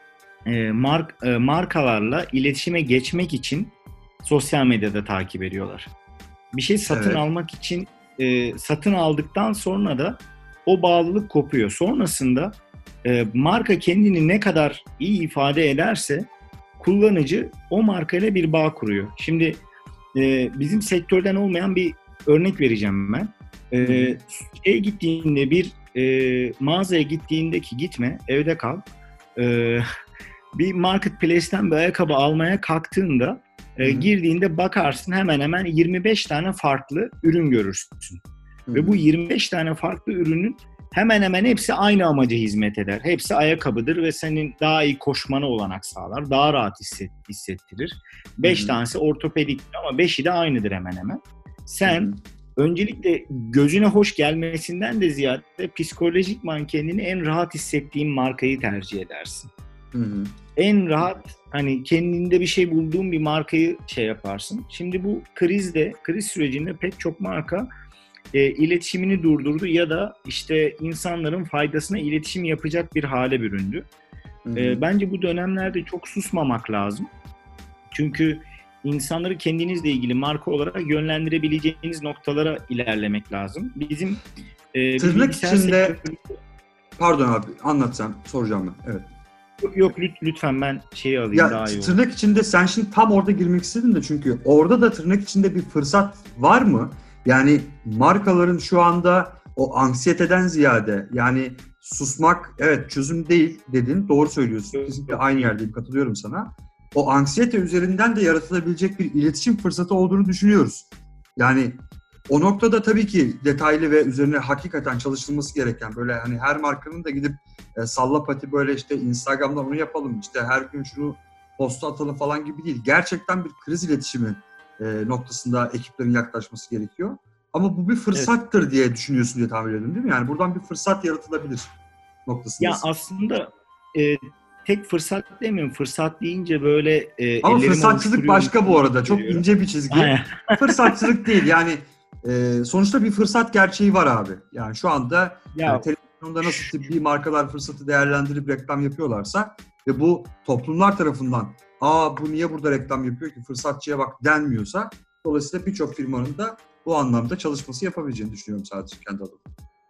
e, mark e, markalarla iletişime geçmek için sosyal medyada takip ediyorlar. Bir şey satın Evet. almak için e, satın aldıktan sonra da o bağlılık kopuyor. Sonrasında e, marka kendini ne kadar iyi ifade ederse kullanıcı o markayla bir bağ kuruyor. Şimdi e, bizim sektörden olmayan bir örnek vereceğim ben. E, şeye gittiğinde bir e, mağazaya gittiğinde ki gitme, evde kal. E, bir marketplace'ten bir ayakkabı almaya kalktığında e, girdiğinde bakarsın hemen hemen yirmi beş tane farklı ürün görürsün. Hı-hı. Ve bu yirmi beş tane farklı ürünün hemen hemen hepsi aynı amaca hizmet eder. Hepsi ayakkabıdır ve senin daha iyi koşmana olanak sağlar. Daha rahat hisset, hissettirir. beş tanesi ortopedik ama beşi de aynıdır hemen hemen. Sen Hı-hı. öncelikle gözüne hoş gelmesinden de ziyade psikolojikman kendini en rahat hissettiğin markayı tercih edersin. Hı-hı. En rahat hani kendinde bir şey bulduğun bir markayı şey yaparsın. Şimdi bu krizde, kriz sürecinde pek çok marka E, iletişimini durdurdu ya da işte insanların faydasına iletişim yapacak bir hale büründü. E, bence bu dönemlerde çok susmamak lazım. Çünkü insanları kendinizle ilgili marka olarak yönlendirebileceğiniz noktalara ilerlemek lazım. Bizim e, tırnak içinde sektörü... Pardon abi anlatsam soracağım ben. Evet. Yok, yok lütfen ben şeyi alayım ya, daha iyi olur. Tırnak içinde sen şimdi tam orada girmek istedin de çünkü orada da tırnak içinde bir fırsat var mı? Yani markaların şu anda o anksiyeteden ziyade, yani susmak evet çözüm değil dedin, doğru söylüyorsun. Kesinlikle aynı yerdeyim, katılıyorum sana. O anksiyete üzerinden de yaratılabilecek bir iletişim fırsatı olduğunu düşünüyoruz. Yani o noktada tabii ki detaylı ve üzerine hakikaten çalışılması gereken, böyle hani her markanın da gidip e, salla pati böyle işte Instagram'dan onu yapalım, işte her gün şunu posta atalım falan gibi değil. Gerçekten bir kriz iletişimi e, noktasında ekiplerin yaklaşması gerekiyor. Ama bu bir fırsattır evet. diye düşünüyorsun diye tahmin ediyorum, değil mi? Yani buradan bir fırsat yaratılabilir noktasındasın. Ya aslında e, tek fırsat demiyorum. Fırsat deyince böyle e, ama fırsatçılık başka bu arada. Çok görüyorum. ince bir çizgi. Fırsatçılık değil. Yani e, sonuçta bir fırsat gerçeği var abi. Yani şu anda ya, yani, televizyonda nasıl tıbbi markalar fırsatı değerlendirip reklam yapıyorlarsa ve bu toplumlar tarafından aa bu niye burada reklam yapıyor ki, fırsatçıya bak denmiyorsa, dolayısıyla birçok firmanın da bu anlamda çalışması yapabileceğini düşünüyorum sadece kendi adıma.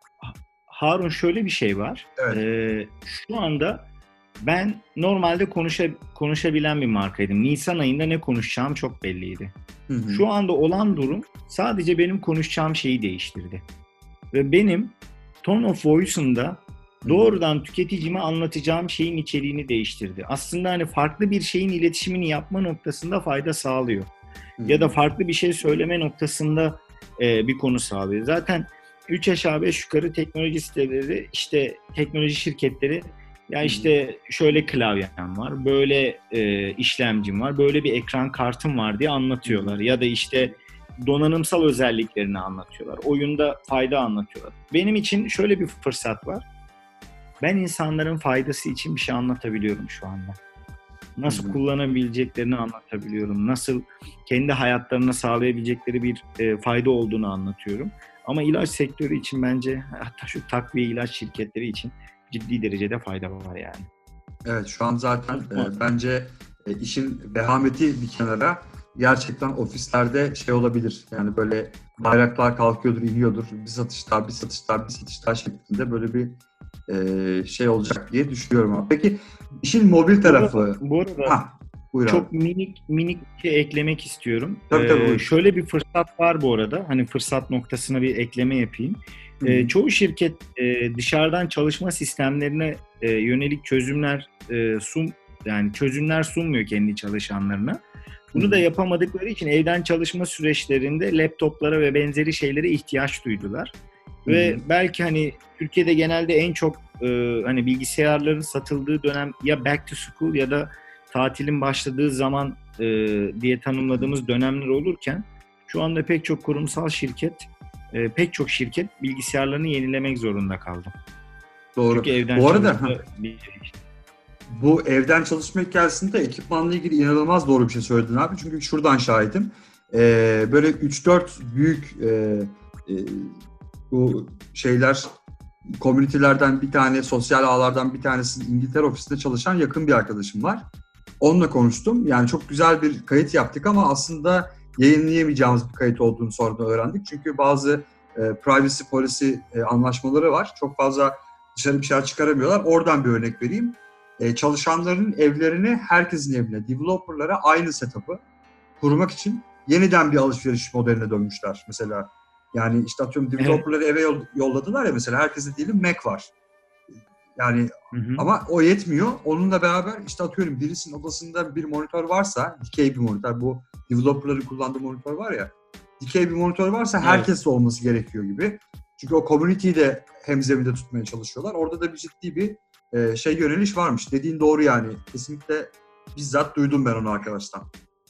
Harun, şöyle bir şey var. Evet. Ee, şu anda ben normalde konuşa, konuşabilen bir markaydım. Nisan ayında ne konuşacağım çok belliydi. Hı hı. Şu anda olan durum sadece benim konuşacağım şeyi değiştirdi. Ve benim tone of voice'ımda doğrudan tüketicime anlatacağım şeyin içeriğini değiştirdi. Aslında hani farklı bir şeyin iletişimini yapma noktasında fayda sağlıyor. Hı. Ya da farklı bir şey söyleme noktasında e, bir konu sağlıyor. Zaten üç aşağı beş yukarı teknoloji siteleri, işte teknoloji şirketleri, ya işte şöyle klavyem var, böyle e, işlemcim var, böyle bir ekran kartım var diye anlatıyorlar. Ya da işte donanımsal özelliklerini anlatıyorlar. Oyunda fayda anlatıyorlar. Benim için şöyle bir fırsat var. Ben insanların faydası için bir şey anlatabiliyorum şu anda. Nasıl Hı-hı. kullanabileceklerini anlatabiliyorum. Nasıl kendi hayatlarına sağlayabilecekleri bir e, fayda olduğunu anlatıyorum. Ama ilaç sektörü için bence, hatta şu takviye ilaç şirketleri için ciddi derecede fayda var yani. Evet, şu an zaten e, bence e, işin vehameti bir kenara, gerçekten ofislerde şey olabilir. Yani böyle bayraklar kalkıyordur, iniyordur. Bir satışlar, bir satışlar, bir satışlar şeklinde böyle bir e, şey olacak diye düşünüyorum abi. Peki işin mobil tarafı. Bu arada, bu arada ha, çok abi. minik minik bir şey eklemek istiyorum. Tabii, tabii, ee, şöyle bir fırsat var bu arada. Hani fırsat noktasına bir ekleme yapayım. Ee, çoğu şirket e, dışarıdan çalışma sistemlerine e, yönelik çözümler e, sun yani çözümler sunmuyor kendi çalışanlarına. Bunu Hı-hı. da yapamadıkları için evden çalışma süreçlerinde laptoplara ve benzeri şeylere ihtiyaç duydular. Hı-hı. Ve belki hani Türkiye'de genelde en çok e, hani bilgisayarların satıldığı dönem ya back to school ya da tatilin başladığı zaman e, diye tanımladığımız dönemler olurken, şu anda pek çok kurumsal şirket, e, pek çok şirket bilgisayarlarını yenilemek zorunda kaldı. Doğru. Çünkü evden bu arada bir... bu evden çalışma hikayesinde ekipmanla ilgili inanılmaz doğru bir şey söyledin abi. Çünkü şuradan şahidim. Ee, böyle üç dört büyük e, e, bu şeyler, komünitelerden bir tane, sosyal ağlardan bir tanesi İngiltere ofisinde çalışan yakın bir arkadaşım var. Onunla konuştum. Yani çok güzel bir kayıt yaptık ama aslında yayınlayamayacağımız bir kayıt olduğunu sonradan öğrendik. Çünkü bazı e, privacy policy e, anlaşmaları var. Çok fazla dışarı bir şeyler çıkaramıyorlar. Oradan bir örnek vereyim. E, çalışanların evlerini herkesin evine, developerlara aynı setup'ı kurmak için yeniden bir alışveriş modeline dönmüşler mesela. Yani işte atıyorum developerları evet. eve yolladılar ya mesela, herkese diyelim Mac var. Yani hı hı. ama o yetmiyor. Onunla beraber işte atıyorum birisinin odasında bir monitör varsa, dikey bir monitör, bu developerların kullandığı monitör var ya, dikey bir monitör varsa herkes evet. olması gerekiyor gibi. Çünkü o community'yi de hemzeminde tutmaya çalışıyorlar. Orada da bir ciddi bir e, şey yöneliş varmış. Dediğin doğru yani. Kesinlikle bizzat duydum ben onu arkadaştan.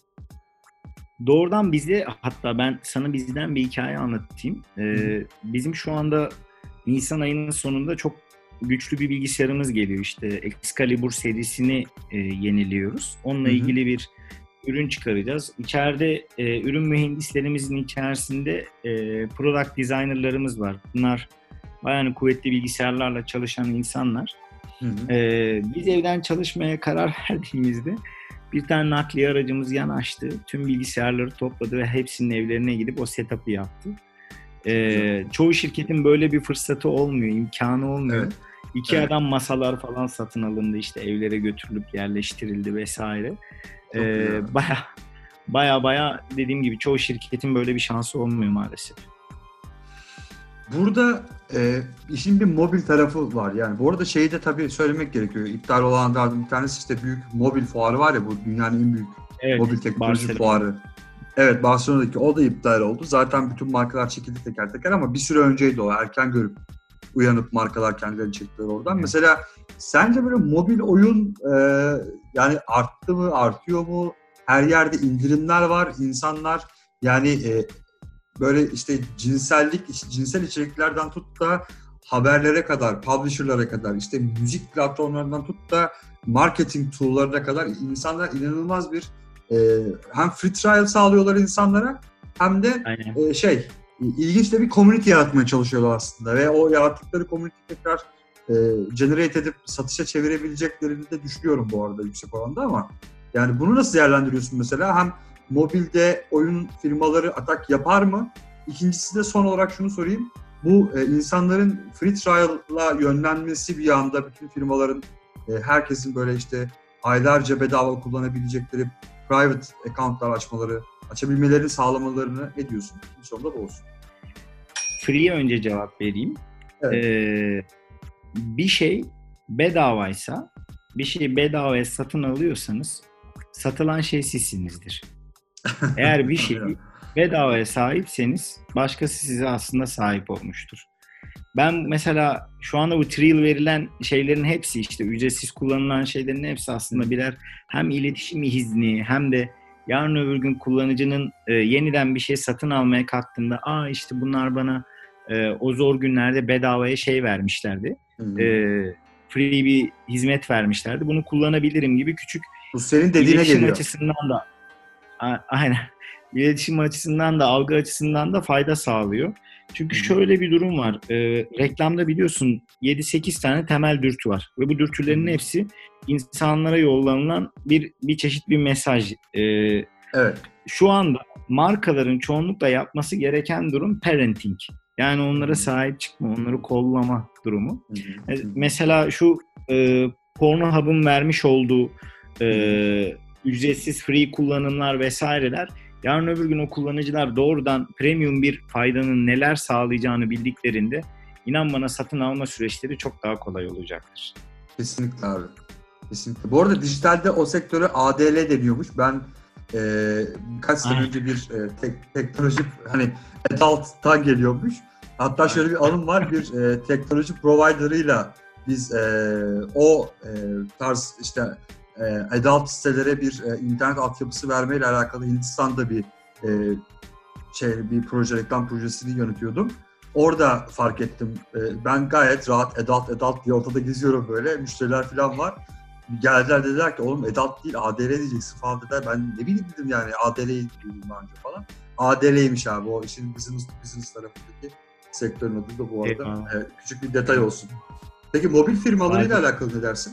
Doğrudan bize, hatta ben sana bizden bir hikaye anlatayım. Ee, bizim şu anda Nisan ayının sonunda çok güçlü bir bilgisayarımız geliyor. İşte Excalibur serisini e, yeniliyoruz. Onunla hı hı. ilgili bir ürün çıkaracağız. İçeride e, ürün mühendislerimizin içerisinde e, product designerlarımız var. Bunlar bayağı kuvvetli bilgisayarlarla çalışan insanlar. Hı hı. E, biz evden çalışmaya karar verdiğimizde bir tane nakliye aracımız yanaştı. Tüm bilgisayarları topladı ve hepsinin evlerine gidip o setup'ı yaptı. Ee, çoğu şirketin böyle bir fırsatı olmuyor, imkanı olmuyor. Evet. Ikea'dan evet. masalar falan satın alındı, işte evlere götürülüp yerleştirildi vesaire. Ee, baya baya baya dediğim gibi çoğu şirketin böyle bir şansı olmuyor maalesef. Burada e, işin bir mobil tarafı var. Yani bu arada şeyi de tabii söylemek gerekiyor. İptal olanlardan bir tanesi işte büyük mobil fuarı var ya, bu dünyanın en büyük Evet, mobil teknoloji Barcelona. fuarı. Evet, Barcelona'daki o da iptal oldu. Zaten bütün markalar çekildi teker teker ama bir süre önceydi o. Erken görüp uyanıp markalar kendilerini çektiler oradan. Evet. Mesela sence böyle mobil oyun e, yani arttı mı, artıyor mu? Her yerde indirimler var. İnsanlar yani e, böyle işte cinsellik, cinsel içeriklerden tut da haberlere kadar, publisher'lara kadar, işte müzik platformlarından tut da marketing tool'larına kadar insanlar inanılmaz bir e, hem free trial sağlıyorlar insanlara hem de Aynen. e, şey ilginç de bir community yaratmaya çalışıyorlar aslında ve o yarattıkları community tekrar e, generate edip satışa çevirebileceklerini de düşünüyorum bu arada yüksek oranda ama yani bunu nasıl değerlendiriyorsun mesela? Hem mobilde oyun firmaları atak yapar mı? İkincisi de son olarak şunu sorayım. Bu e, insanların free trial'la yönlenmesi bir anda bütün firmaların e, herkesin böyle işte aylarca bedava kullanabilecekleri private account'lar açmaları, açabilmelerini sağlamalarını ne diyorsun? Bir sonunda bu olsun. Free'ye önce cevap vereyim. Evet. Ee, bir şey bedavaysa, bir şeyi bedavaya satın alıyorsanız satılan şey sizsinizdir. Eğer bir şeyi bedavaya sahipseniz başkası size aslında sahip olmuştur. Ben mesela şu anda bu trial verilen şeylerin hepsi işte ücretsiz kullanılan şeylerin hepsi aslında birer hem iletişim izni hem de yarın öbür gün kullanıcının e, yeniden bir şey satın almaya kalktığında aa işte bunlar bana e, o zor günlerde bedavaya şey vermişlerdi. E, free bir hizmet vermişlerdi. Bunu kullanabilirim gibi küçük bu senin dediğine iletişim geliyor. açısından da a- aynen iletişim açısından da algı açısından da fayda sağlıyor. Çünkü şöyle bir durum var. E, reklamda biliyorsun yedi sekiz tane temel dürtü var. Ve bu dürtülerin hepsi insanlara yollanılan bir bir çeşit bir mesaj. E, Evet. Şu anda markaların çoğunlukla yapması gereken durum parenting. Yani onlara sahip çıkma, onları kollama durumu. E, mesela şu e, Pornhub'ın vermiş olduğu e, ücretsiz free kullanımlar vesaireler yarın öbür gün o kullanıcılar doğrudan premium bir faydanın neler sağlayacağını bildiklerinde inan bana satın alma süreçleri çok daha kolay olacaktır. Kesinlikle abi. Kesinlikle. Bu arada dijitalde o sektöre A D L deniyormuş. Ben e, birkaç sene önce bir e, tek, teknoloji hani adult'tan geliyormuş. Hatta şöyle bir anım var. Bir e, teknoloji provider'ıyla biz e, o e, tarz işte e, adult sitelere bir e, internet altyapısı vermeyle alakalı Hindistan'da bir e, şey bir proje, reklam projesini yönetiyordum. Orada fark ettim. E, ben gayet rahat adult adult diye ortada geziyorum böyle. Müşteriler falan var. Geldiler dediler ki oğlum adult değil A D L diyeceksin falan dediler. Ben ne bileyim dedim yani A D L'yi duydum daha önce falan. A D L'ymiş abi o işin business, business tarafındaki sektörün adı da bu arada. Evet, küçük bir detay olsun. Peki mobil firmalarıyla Adil, alakalı ne dersin?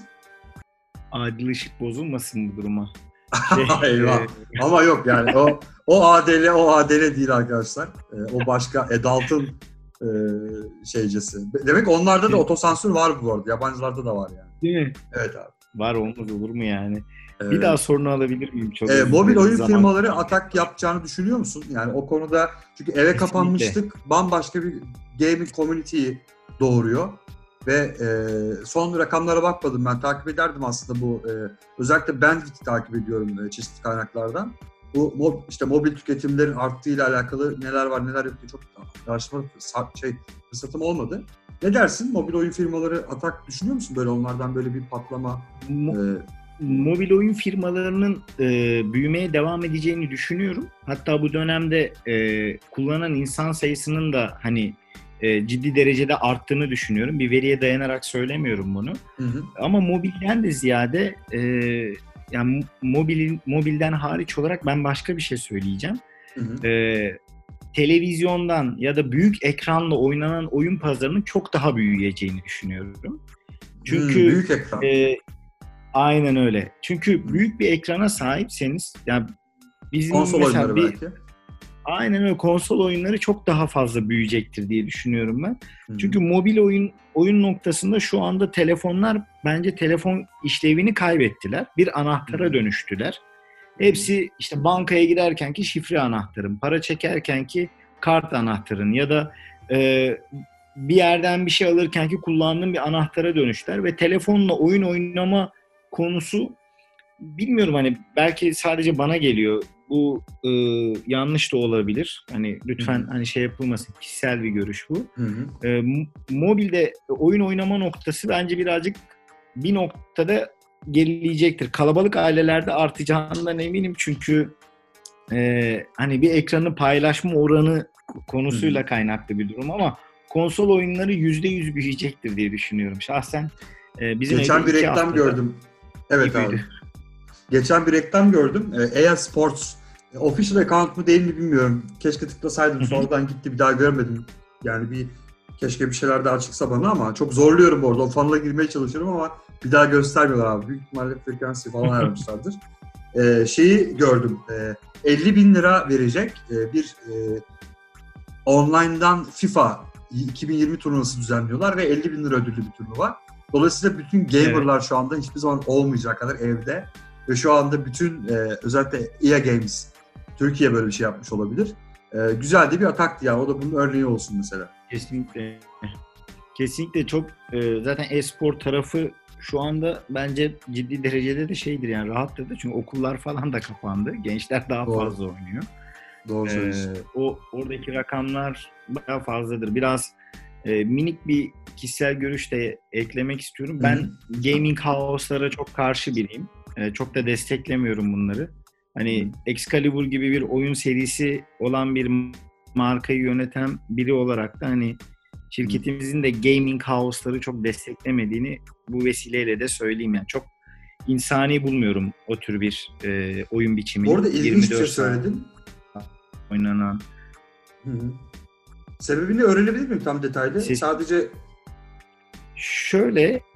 adil ışık bozulmasın bu duruma. Şey, Eyvah. E... Ama yok yani o o A D L o A D L değil arkadaşlar. E, o başka adult'ın e, şeycesi. Demek onlarda da otosansür var bu arada. Yabancılarda da var yani. Değil mi? Evet abi. Var olmaz olur mu yani? Evet. Bir daha sorunu alabilir miyim? Çok e, mobil oyun zaman. firmaları atak yapacağını düşünüyor musun? Yani o konuda çünkü eve Kesinlikle. kapanmıştık. Bambaşka bir gaming community'yi doğuruyor. Ve e, son rakamlara bakmadım ben. Takip ederdim aslında bu. E, özellikle bandwidth'i takip ediyorum e, çeşitli kaynaklardan. Bu mob, işte mobil tüketimlerin arttığıyla alakalı neler var neler yok diye çok araştırma şey, fırsatım olmadı. Ne dersin? Mobil oyun firmaları atak düşünüyor musun? Böyle onlardan böyle bir patlama. Mo- e... Mobil oyun firmalarının e, büyümeye devam edeceğini düşünüyorum. Hatta bu dönemde e, kullanan insan sayısının da hani e, ciddi derecede arttığını düşünüyorum. Bir veriye dayanarak söylemiyorum bunu. Hı hı. Ama mobilden de ziyade e, yani mobilin mobilden hariç olarak ben başka bir şey söyleyeceğim. Hı hı. E, televizyondan ya da büyük ekranla oynanan oyun pazarının çok daha büyüyeceğini düşünüyorum. Çünkü hmm, büyük ekran. E, aynen öyle. Çünkü büyük bir ekrana sahipseniz yani bizim konsol mesela bir belki. Aynen öyle konsol oyunları çok daha fazla büyüyecektir diye düşünüyorum ben. Hmm. Çünkü mobil oyun oyun noktasında şu anda telefonlar bence telefon işlevini kaybettiler. Bir anahtara hmm. dönüştüler. Hepsi işte bankaya girerken ki şifre anahtarın, para çekerken ki kart anahtarın ya da e, bir yerden bir şey alırken ki kullandığım bir anahtara dönüştüler ve telefonla oyun oynama konusu bilmiyorum hani belki sadece bana geliyor. Bu e, yanlış da olabilir. Hani lütfen Hı-hı. hani şey yapılmasın. Kişisel bir görüş bu. E, mobilde oyun oynama noktası bence birazcık bir noktada gerileyecektir. Kalabalık ailelerde artacağından eminim çünkü e, hani bir ekranı paylaşma oranı konusuyla Hı-hı. kaynaklı bir durum ama konsol oyunları yüzde yüz büyüyecektir diye düşünüyorum. Şahsen e, bizim Geçen bir reklam gördüm. Evet abi. Geçen bir reklam gördüm. E A Sports e, official account mu değil mi bilmiyorum. Keşke tıklasaydım. Sonradan gitti, bir daha görmedim. Yani bir keşke bir şeyler daha çıksa bana ama çok zorluyorum orada. O funnel'a girmeye çalışıyorum ama bir daha göstermiyorlar abi. Büyük ihtimalle frekansı falan ayarlamışlardır. e, şeyi gördüm. E, elli bin lira verecek e, bir e, online'dan FIFA iki bin yirmi turnuvası düzenliyorlar ve elli bin lira ödüllü bir turnuva. Dolayısıyla bütün gamerlar evet. şu anda hiçbir zaman olmayacak kadar evde ve şu anda bütün e, özellikle E A Games Türkiye böyle bir şey yapmış olabilir. E, güzel de bir ataktı yani, o da bunun örneği olsun mesela. Kesinlikle. Kesinlikle çok e, zaten e-spor tarafı şu anda bence ciddi derecede de şeydir yani rahatladı çünkü okullar falan da kapandı. Gençler daha Doğru. fazla oynuyor. Doğru söylüyorsun. Ee, o oradaki rakamlar bayağı fazladır. Biraz e, minik bir kişisel görüş de eklemek istiyorum. Ben Hı-hı. gaming house'lara çok karşı biriyim. E, çok da desteklemiyorum bunları. Hani Hı-hı. Excalibur gibi bir oyun serisi olan bir markayı yöneten biri olarak da hani şirketimizin de gaming house'ları çok desteklemediğini bu vesileyle de söyleyeyim yani. Çok insani bulmuyorum o tür bir e, oyun biçimini. Orada ilginç bir şey söyledin. Oynanan. Hı hı. Sebebini öğrenebilir miyim tam detaylı? Ses... Sadece şöyle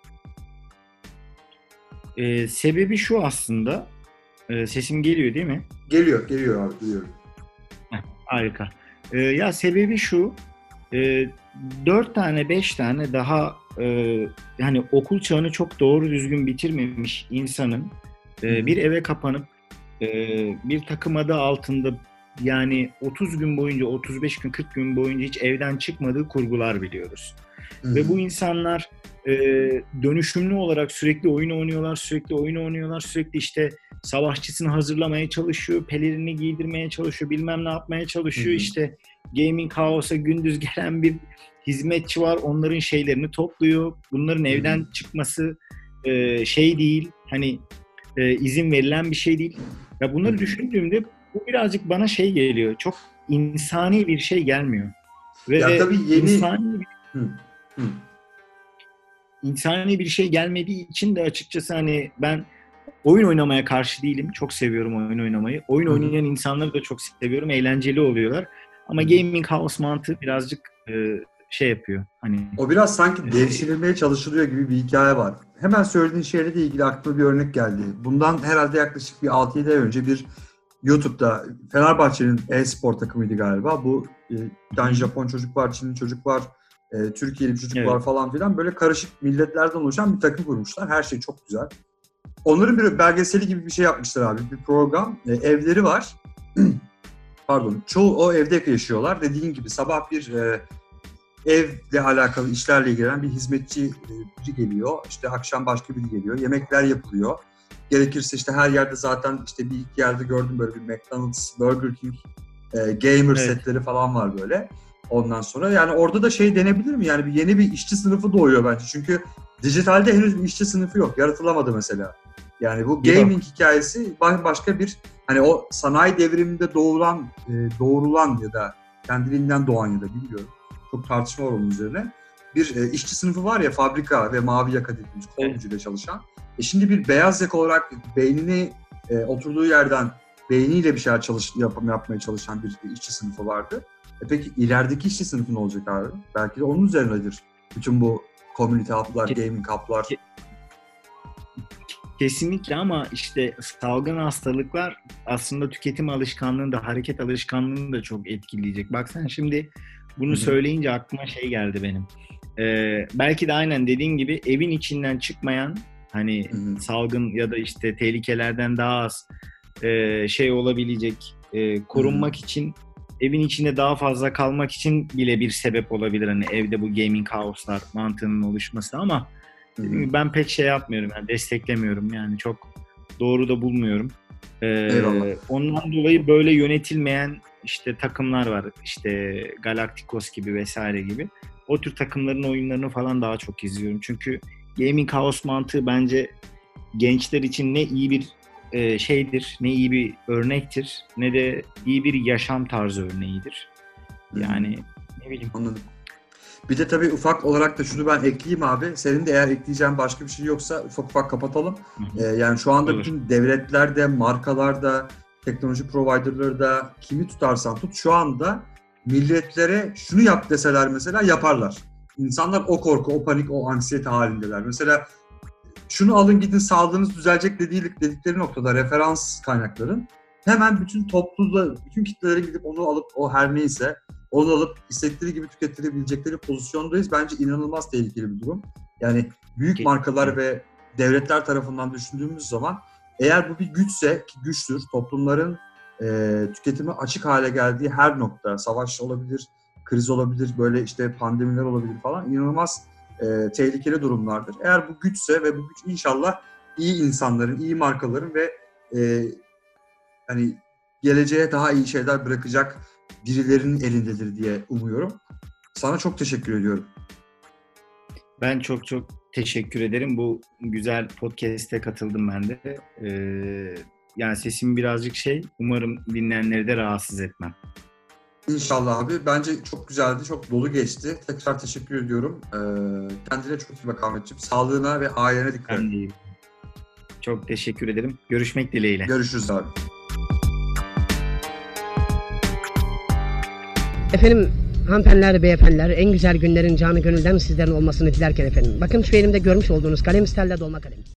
e, sebebi şu aslında. E, sesim geliyor değil mi? Geliyor, geliyor abi, duyuyorum. Heh, harika. E, ya sebebi şu. E, dört tane, beş tane daha e, yani okul çağını çok doğru düzgün bitirmemiş insanın e, bir eve kapanıp e, bir takım adı altında yani otuz gün boyunca, otuz beş gün, kırk gün boyunca hiç evden çıkmadığı kurgular biliyoruz. Hı-hı. Ve bu insanlar e, dönüşümlü olarak sürekli oyun oynuyorlar, sürekli oyun oynuyorlar, sürekli işte savaşçısını hazırlamaya çalışıyor, pelerini giydirmeye çalışıyor, bilmem ne yapmaya çalışıyor. Hı-hı. İşte Gaming House'a gündüz gelen bir hizmetçi var, onların şeylerini topluyor. Bunların Hı-hı. evden çıkması e, şey değil, hani e, izin verilen bir şey değil. Ya bunları Hı-hı. düşündüğümde bu birazcık bana şey geliyor, çok insani bir şey gelmiyor. Ve ya tabii yeni... insani bir, Hı. Hı. insani bir şey gelmediği için de açıkçası hani ben oyun oynamaya karşı değilim. Çok seviyorum oyun oynamayı. Oyun Hı. oynayan insanları da çok seviyorum. Eğlenceli oluyorlar. Ama Hı. Gaming House mantığı birazcık e, şey yapıyor. Hani o biraz sanki devşirilmeye çalışılıyor gibi bir hikaye var. Hemen söylediğin şeyle de ilgili aklıma bir örnek geldi. Bundan herhalde yaklaşık bir altı yedi ay önce bir YouTube'da Fenerbahçe'nin e-spor takımıydı galiba. Bu e, bir tane Japon çocuk var, Çinli çocuk var, e, Türkiye'li bir çocuk evet. var falan filan. Böyle karışık milletlerden oluşan bir takım kurmuşlar. Her şey çok güzel. Onların bir belgeseli gibi bir şey yapmışlar abi. Bir program. E, evleri var. Pardon. Çoğu o evde yaşıyorlar. Dediğin gibi sabah bir e, evle alakalı işlerle ilgilenen bir hizmetçi e, biri geliyor. İşte akşam başka biri geliyor. Yemekler yapılıyor. Gerekirse işte her yerde zaten işte bir iki yerde gördüm böyle bir McDonald's, Burger King, e, gamer evet. setleri falan var böyle. Ondan sonra yani orada da şey denebilir mi? Yani bir yeni bir işçi sınıfı doğuyor bence. Çünkü dijitalde henüz bir işçi sınıfı yok. Yaratılamadı mesela. Yani bu gaming yok. Hikayesi başka bir hani o sanayi devriminde doğulan, e, doğrulan ya da kendiliğinden doğan ya da bilmiyorum. Çok tartışma var onun üzerine. Bir e, işçi sınıfı var ya, fabrika ve mavi yaka dediğimiz kol gücüyle evet. çalışan. E şimdi bir beyaz yaka olarak beynini e, oturduğu yerden beyniyle bir şeyler çalış, yap, yapmaya çalışan bir işçi sınıfı vardı. E peki ilerideki işçi sınıfı ne olacak abi? Belki de onun üzerinedir. Bütün bu community hub'lar, gaming hub'lar. Kesinlikle ama işte salgın hastalıklar aslında tüketim alışkanlığını da, hareket alışkanlığını da çok etkileyecek. Bak sen şimdi bunu Hı-hı. söyleyince aklıma şey geldi benim. Ee, belki de aynen dediğin gibi evin içinden çıkmayan hani Hı-hı. salgın ya da işte tehlikelerden daha az e, şey olabilecek, e, korunmak Hı-hı. için evin içinde daha fazla kalmak için bile bir sebep olabilir. Hani evde bu gaming house'lar mantığının oluşması ama Hı-hı. ben pek şey yapmıyorum. Yani desteklemiyorum. Yani çok doğru da bulmuyorum. Ee, Eyvallah. ondan dolayı böyle yönetilmeyen işte takımlar var. İşte Galacticos gibi vesaire gibi. O tür takımların oyunlarını falan daha çok izliyorum. Çünkü gaming house mantığı bence gençler için ne iyi bir e, şeydir, ne iyi bir örnektir, ne de iyi bir yaşam tarzı örneğidir. Yani ne bileyim. Anladım. Bir de tabii ufak olarak da şunu ben ekleyeyim abi. Senin de eğer ekleyeceğin başka bir şey yoksa ufak ufak kapatalım. Ee, yani şu anda Olur. bütün devletlerde, markalarda, teknoloji providerları da kimi tutarsan tut şu anda milletlere şunu yap deseler mesela yaparlar. İnsanlar o korku, o panik, o anksiyete halindeler. Mesela şunu alın gidin sağlığınız düzelecek dediği, dedikleri noktada referans kaynakların hemen bütün topluluğa, bütün kitlelere gidip onu alıp o her neyse onu alıp istedikleri gibi tüketilebilecekleri pozisyondayız. Bence inanılmaz tehlikeli bir durum. Yani büyük Kesinlikle. markalar ve devletler tarafından düşündüğümüz zaman eğer bu bir güçse, ki güçtür, toplumların e, tüketimi açık hale geldiği her nokta, savaş olabilir, kriz olabilir, böyle işte pandemiler olabilir falan inanılmaz e, tehlikeli durumlardır. Eğer bu güçse ve bu güç inşallah iyi insanların, iyi markaların ve e, hani geleceğe daha iyi şeyler bırakacak birilerinin elindedir diye umuyorum. Sana çok teşekkür ediyorum. Ben çok çok teşekkür ederim. Bu güzel podcast'e katıldım ben de. Ee, yani sesim birazcık şey, umarım dinleyenleri de rahatsız etmem. İnşallah abi. Bence çok güzeldi, çok dolu geçti. Tekrar teşekkür ediyorum. Ee, kendine çok iyi bak Ahmetciğim. Sağlığına ve ailene dikkat et. Ben de iyiyim. Çok teşekkür ederim. Görüşmek dileğiyle. Görüşürüz abi. Efendim hanımefendiler, beyefendiler, en güzel günlerin canı gönülden sizlerin olmasını dilerken efendim. Bakın şu elimde görmüş olduğunuz kalem Stella dolma kalem.